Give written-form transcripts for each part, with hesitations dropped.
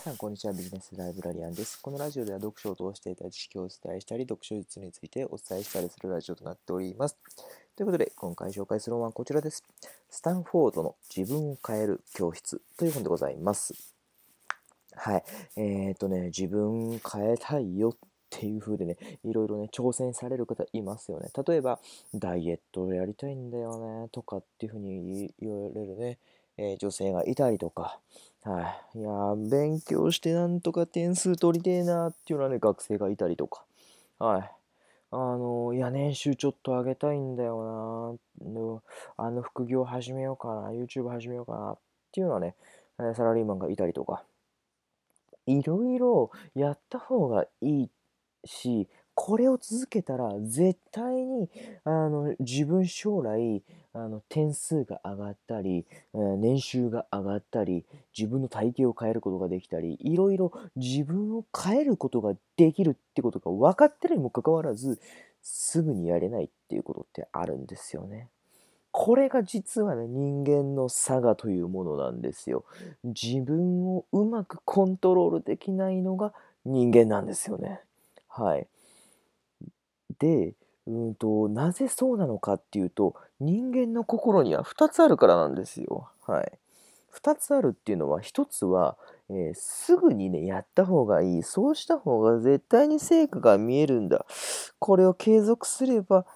さん、こんにちは。ビジネスライブラリアンです。このラジオでは読書を通していた知識をお伝えしたり、読書術についてお伝えしたりするラジオとなっております。ということで、今回紹介する本はこちらです。スタンフォードの自分を変える教室という本でございます。はい。自分変えたいよっていう風でね、いろいろね、挑戦される方いますよね。例えば、ダイエットをやりたいんだよね、とかっていう風に言われるね、女性がいたりとか、はい。いやー、勉強してなんとか点数取りてえなっていうようなね、学生がいたりとか、はい。いや、年収ちょっと上げたいんだよな、副業始めようかな、YouTube 始めようかなっていうようなね、サラリーマンがいたりとか、いろいろやった方がいいし、これを続けたら絶対に自分将来点数が上がったり、年収が上がったり、自分の体型を変えることができたり、いろいろ自分を変えることができるってことが分かってるにもかかわらず、すぐにやれないっていうことってあるんですよね。これが実はね、人間の差がというものなんですよ。自分をうまくコントロールできないのが人間なんですよね。はい。で、なぜそうなのかっていうと、人間の心には2つあるからなんですよ。はい。2つあるっていうのは、1つは、すぐにね、やった方がいい。そうした方が絶対に成果が見えるんだ。これを継続すれば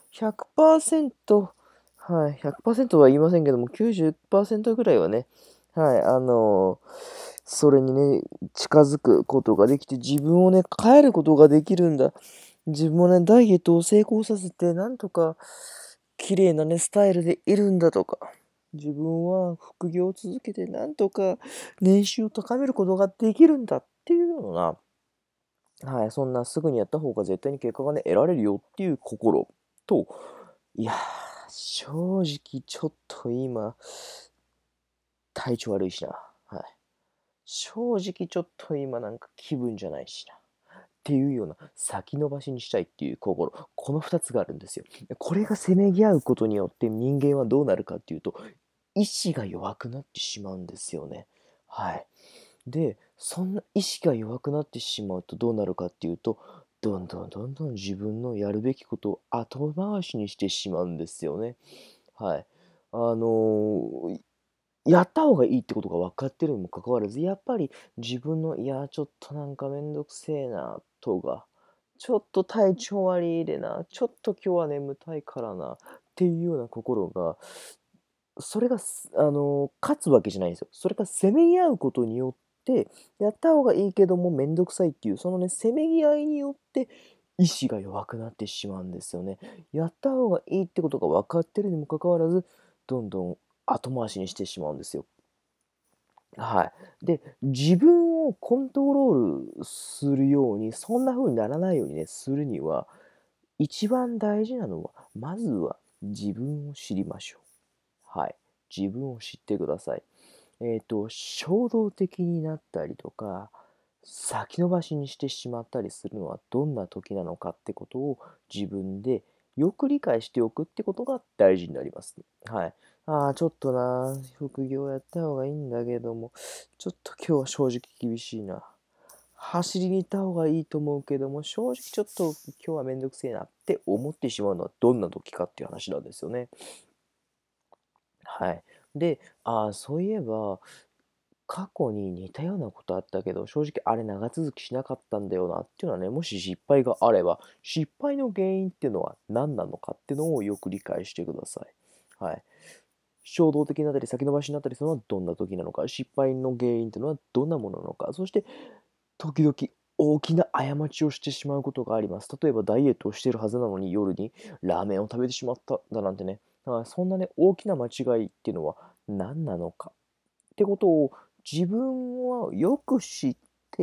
100%、はい、100%は言いませんけども、90%ぐらいはね、はい、それにね、近づくことができて、自分をね、変えることができるんだ。自分もね、ダイエットを成功させて、なんとか、綺麗なね、スタイルでいるんだとか、自分は副業を続けて、なんとか年収を高めることができるんだっていうような、はい、そんなすぐにやった方が絶対に結果がね、得られるよっていう心と、いやー、正直ちょっと今、体調悪いしな。はい。正直ちょっと今なんか気分じゃないしな。っていうような先延ばしにしたいっていう心、この2つがあるんですよ。これがせめぎ合うことによって人間はどうなるかっていうと、意志が弱くなってしまうんですよね。はい。で、そんな意志が弱くなってしまうとどうなるかっていうと、どんどん自分のやるべきことを後回しにしてしまうんですよね。はい。あの、やった方がいいってことが分かってるにもかかわらず、やっぱり自分の、いや、ちょっとなんかめんどくせえな、とか、ちょっと体調悪いでな、ちょっと今日は眠たいからな、っていうような心が、それが勝つわけじゃないんですよ。それがせめぎ合うことによって、やった方がいいけどもめんどくさいっていう、そのね、せめぎ合いによって、意志が弱くなってしまうんですよね。やった方がいいってことが分かってるにもかかわらず、どんどん後回しにしてしまうんですよ。はい。で、自分をコントロールするように、そんな風にならないようにね、するには、一番大事なのは、まずは自分を知りましょう。はい。自分を知ってください。衝動的になったりとか、先延ばしにしてしまったりするのはどんな時なのかってことを自分でよく理解しておくってことが大事になります。はい。ああ、ちょっとな、副業やった方がいいんだけども、ちょっと今日は正直厳しいな。走りに行った方がいいと思うけども、正直ちょっと今日はめんどくせえなって思ってしまうのはどんな時かっていう話なんですよね。はい。で、そういえば、過去に似たようなことあったけど、正直あれ長続きしなかったんだよなっていうのはね、もし失敗があれば、失敗の原因っていうのは何なのかっていうのをよく理解してください。はい。衝動的になったり先延ばしになったりするのはどんな時なのか、失敗の原因っていうのはどんなものなのか、そして時々大きな過ちをしてしまうことがあります。例えばダイエットをしているはずなのに夜にラーメンを食べてしまっただなんてね。そんなね、大きな間違いっていうのは何なのかってことを自分はよく知って、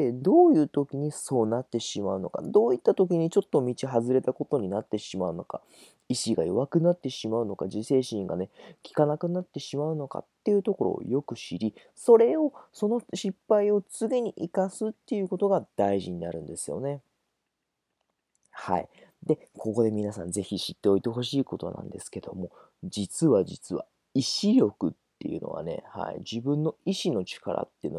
どういう時にそうなってしまうのか、どういった時にちょっと道外れたことになってしまうのか、意志が弱くなってしまうのか、自制心がね、効かなくなってしまうのかっていうところをよく知り、その失敗を次に生かすっていうことが大事になるんですよね。はい。で、ここで皆さんぜひ知っておいてほしいことなんですけども、実は意志力っていうのはね、はい、自分の意志の力っていうのは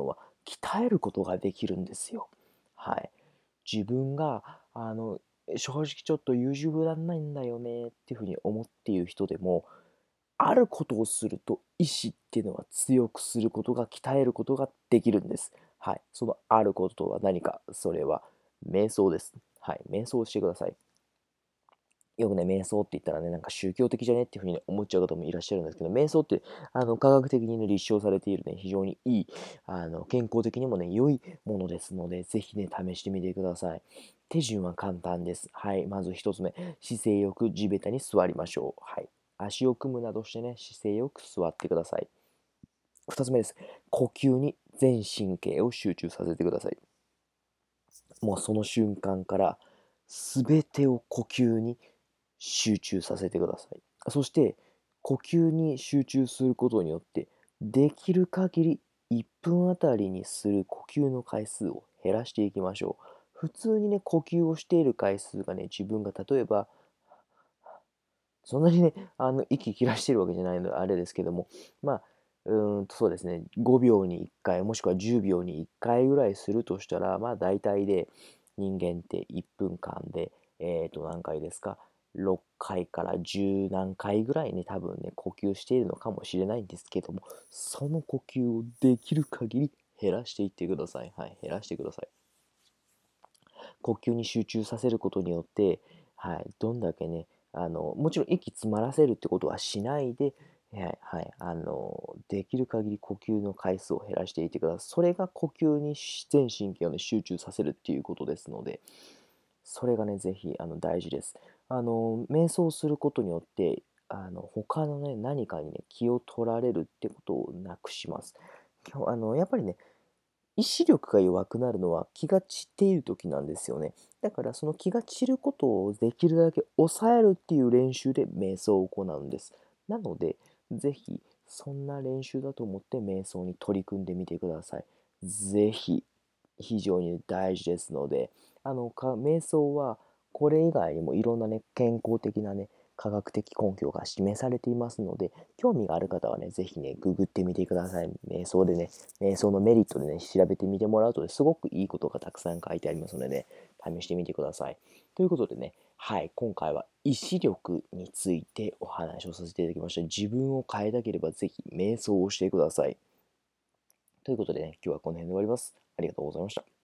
鍛えることができるんですよ。はい。自分が、正直ちょっと優柔不断ないんだよねっていうふうに思っている人でも、あることをすると意志っていうのは強くすることが鍛えることができるんです。はい。そのあることとは何か、それは瞑想です。はい。瞑想をしてください。よくね、瞑想って言ったらね、なんか宗教的じゃねっていうふうに思っちゃう方もいらっしゃるんですけど、瞑想って、科学的にね、立証されているね、非常にいい、健康的にもね、良いものですので、ぜひね、試してみてください。手順は簡単です。はい。まず一つ目、姿勢よく地べたに座りましょう。はい。足を組むなどしてね、姿勢よく座ってください。二つ目です。呼吸に全神経を集中させてください。もうその瞬間から、すべてを呼吸に集中させてください。そして、呼吸に集中することによって、できる限り1分あたりにする呼吸の回数を減らしていきましょう。普通にね、呼吸をしている回数がね、自分が例えば、そんなにね、息切らしてるわけじゃないのであれですけども、まあ、そうですね、5秒に1回、もしくは10秒に1回ぐらいするとしたら、まあ、大体で人間って1分間で、何回ですか、6回から10何回ぐらいね、多分ね、呼吸しているのかもしれないんですけども、その呼吸をできる限り減らしていってください。はい、減らしてください。呼吸に集中させることによって、はい、どんだけね、もちろん息詰まらせるってことはしないで、はいはい、できる限り呼吸の回数を減らしていってください。それが呼吸に全神経を、ね、集中させるっていうことですので、それがね、ぜひ大事です。瞑想することによって、他のね、何かにね、気を取られるってことをなくします。やっぱりね、意志力が弱くなるのは気が散っている時なんですよね。だからその気が散ることをできるだけ抑えるっていう練習で瞑想を行うんです。なので、ぜひそんな練習だと思って瞑想に取り組んでみてください。ぜひ非常に大事ですので、瞑想はこれ以外にもいろんなね、健康的なね、科学的根拠が示されていますので、興味がある方はね、ぜひね、ググってみてください。瞑想でね、瞑想のメリットでね、調べてみてもらうと、ね、すごくいいことがたくさん書いてありますのでね、試してみてください。ということでね、はい、今回は意志力についてお話をさせていただきました。自分を変えたければぜひ瞑想をしてください。ということでね、今日はこの辺で終わります。ありがとうございました。